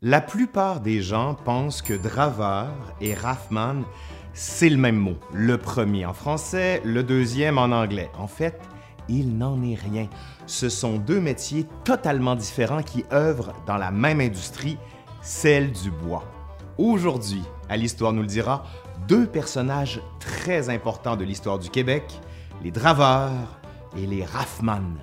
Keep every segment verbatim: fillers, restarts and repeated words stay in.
La plupart des gens pensent que draveur et rafman, c'est le même mot. Le premier en français, le deuxième en anglais. En fait, il n'en est rien. Ce sont deux métiers totalement différents qui œuvrent dans la même industrie, celle du bois. Aujourd'hui, à l'Histoire nous le dira, deux personnages très importants de l'histoire du Québec, les draveurs et les rafman.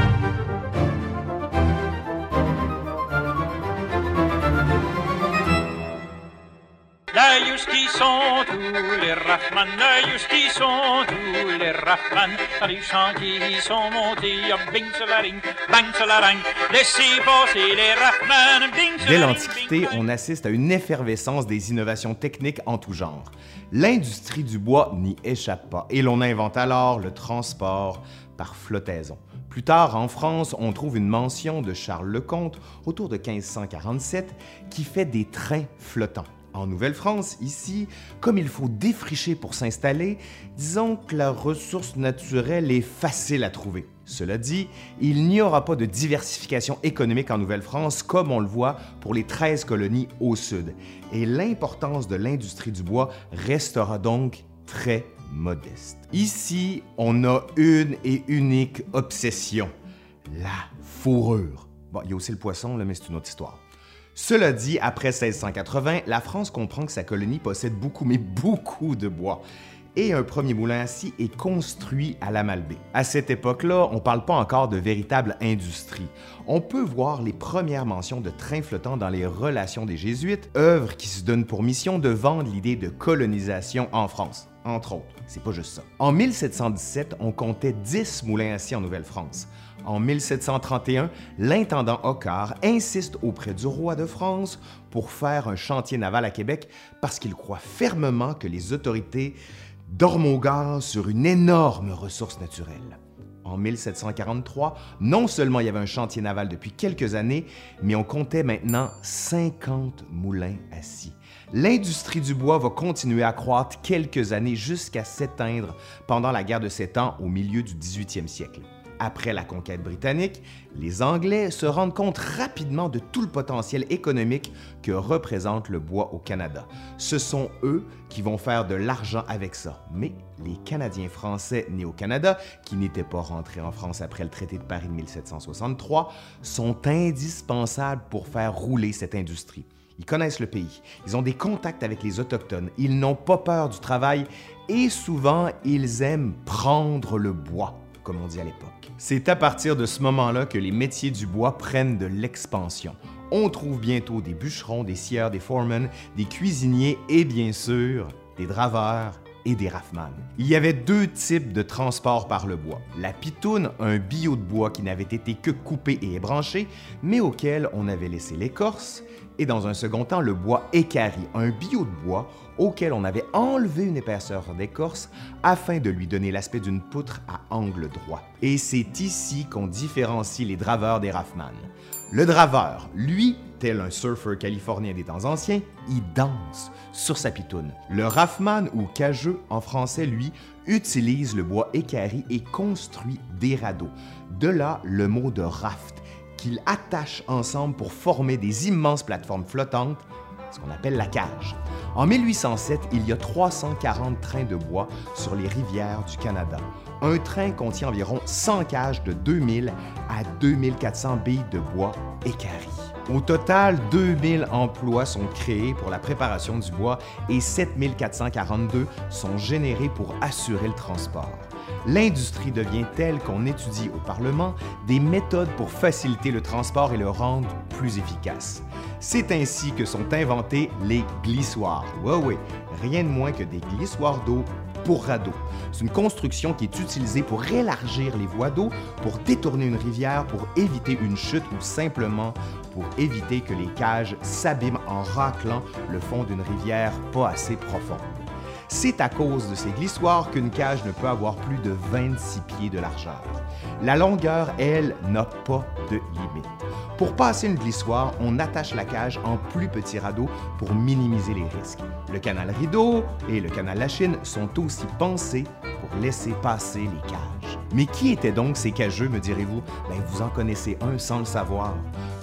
Là qui sont tous les rafman, là qui sont tous les rafman, dans les chantiers ils sont montés, hop, bing sur la ring, bang sur la ring, laissez passer les rafman, bing sur Dès la ring, l'Antiquité, bing, bang. on assiste à une effervescence des innovations techniques en tout genre. L'industrie du bois n'y échappe pas et l'on invente alors le transport par flottaison. Plus tard, en France, on trouve une mention de Charles Lecomte, autour de quinze cent quarante-sept, qui fait des trains flottants. En Nouvelle-France, ici, comme il faut défricher pour s'installer, disons que la ressource naturelle est facile à trouver. Cela dit, il n'y aura pas de diversification économique en Nouvelle-France comme on le voit pour les treize colonies au sud. Et l'importance de l'industrie du bois restera donc très modeste. Ici, on a une et unique obsession, la fourrure. Bon, il y a aussi le poisson, là, mais c'est une autre histoire. Cela dit, après seize cent quatre-vingts, la France comprend que sa colonie possède beaucoup, mais beaucoup de bois. Et un premier moulin à scie est construit à la Malbaie. À cette époque-là, on ne parle pas encore de véritable industrie. On peut voir les premières mentions de trains flottants dans les Relations des Jésuites, œuvre qui se donne pour mission de vendre l'idée de colonisation en France, entre autres. C'est pas juste ça. En mille sept cent dix-sept, on comptait dix moulins à scie en Nouvelle-France. En mille sept cent trente et un, l'intendant Hoccart insiste auprès du roi de France pour faire un chantier naval à Québec parce qu'il croit fermement que les autorités dorment au gaz sur une énorme ressource naturelle. En mille sept cent quarante-trois, non seulement il y avait un chantier naval depuis quelques années, mais on comptait maintenant cinquante moulins à scie. L'industrie du bois va continuer à croître quelques années jusqu'à s'éteindre pendant la guerre de Sept Ans au milieu du dix-huitième siècle. Après la conquête britannique, les Anglais se rendent compte rapidement de tout le potentiel économique que représente le bois au Canada. Ce sont eux qui vont faire de l'argent avec ça. Mais les Canadiens français nés au Canada, qui n'étaient pas rentrés en France après le traité de Paris de mille sept cent soixante-trois, sont indispensables pour faire rouler cette industrie. Ils connaissent le pays, ils ont des contacts avec les Autochtones, ils n'ont pas peur du travail et souvent ils aiment prendre le bois, comme on dit à l'époque. C'est à partir de ce moment-là que les métiers du bois prennent de l'expansion. On trouve bientôt des bûcherons, des scieurs, des foremen, des cuisiniers et bien sûr, des draveurs et des rafman. Il y avait deux types de transport par le bois. La pitoune, un billot de bois qui n'avait été que coupé et ébranché, mais auquel on avait laissé l'écorce, et dans un second temps, le bois équarri, un billot de bois auquel on avait enlevé une épaisseur d'écorce afin de lui donner l'aspect d'une poutre à angle droit. Et c'est ici qu'on différencie les draveurs des rafman. Le draveur, lui, tel un surfeur californien des temps anciens, il danse sur sa pitoune. Le rafman ou cageux en français, lui, utilise le bois équarri et construit des radeaux. De là le mot de raft, qu'il attache ensemble pour former des immenses plateformes flottantes, ce qu'on appelle la cage. En mille huit cent sept, il y a trois cent quarante trains de bois sur les rivières du Canada. Un train contient environ cent cages de deux mille à deux mille quatre cents billes de bois équarri. Au total, deux mille emplois sont créés pour la préparation du bois et sept mille quatre cent quarante-deux sont générés pour assurer le transport. L'industrie devient telle qu'on étudie au Parlement des méthodes pour faciliter le transport et le rendre plus efficace. C'est ainsi que sont inventés les glissoires. Ouais, ouais, rien de moins que des glissoires d'eau pour radeau. C'est une construction qui est utilisée pour élargir les voies d'eau, pour détourner une rivière, pour éviter une chute ou simplement pour éviter que les cages s'abîment en raclant le fond d'une rivière pas assez profonde. C'est à cause de ces glissoires qu'une cage ne peut avoir plus de vingt-six pieds de largeur. La longueur, elle, n'a pas de limite. Pour passer une glissoire, on attache la cage en plus petits radeaux pour minimiser les risques. Le canal Rideau et le canal Lachine sont aussi pensés pour laisser passer les cages. Mais qui étaient donc ces cageux, me direz-vous? Ben, vous en connaissez un sans le savoir.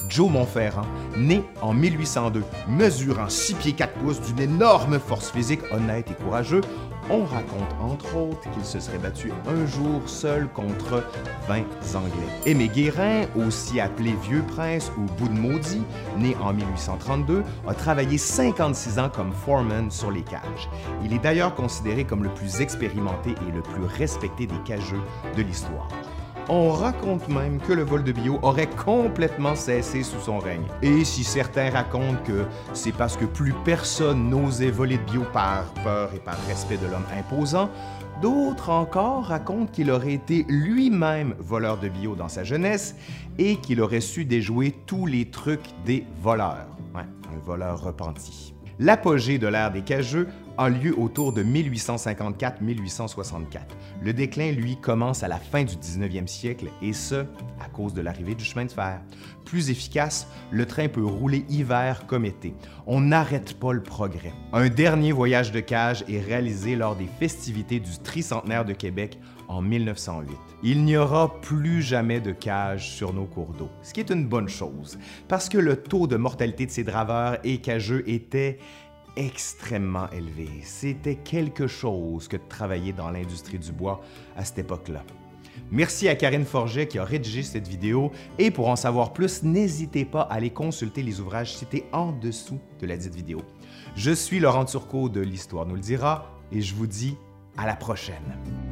Joe Monferrand, né en mille huit cent deux, mesurant six pieds quatre pouces d'une énorme force physique, honnête et courageux, on raconte entre autres qu'il se serait battu un jour seul contre vingt Anglais. Aimé Guérin, aussi appelé Vieux Prince ou Bout de Maudit, né en mille huit cent trente-deux, a travaillé cinquante-six ans comme foreman sur les cages. Il est d'ailleurs considéré comme le plus expérimenté et le plus respecté des cageux de l'histoire. On raconte même que le vol de bio aurait complètement cessé sous son règne. Et si certains racontent que c'est parce que plus personne n'osait voler de bio par peur et par respect de l'homme imposant, d'autres encore racontent qu'il aurait été lui-même voleur de bio dans sa jeunesse et qu'il aurait su déjouer tous les trucs des voleurs. Ouais, un voleur repenti. L'apogée de l'ère des cageux a lieu autour de mille huit cent cinquante-quatre à mille huit cent soixante-quatre. Le déclin, lui, commence à la fin du dix-neuvième siècle, et ce, à cause de l'arrivée du chemin de fer. Plus efficace, le train peut rouler hiver comme été. On n'arrête pas le progrès. Un dernier voyage de cage est réalisé lors des festivités du tricentenaire de Québec en mille neuf cent huit. Il n'y aura plus jamais de cage sur nos cours d'eau, ce qui est une bonne chose, parce que le taux de mortalité de ces draveurs et cageux était extrêmement élevé. C'était quelque chose que de travailler dans l'industrie du bois à cette époque-là. Merci à Karine Forget qui a rédigé cette vidéo et pour en savoir plus, n'hésitez pas à aller consulter les ouvrages cités en dessous de la dite vidéo. Je suis Laurent Turcot de l'Histoire nous le dira et je vous dis à la prochaine.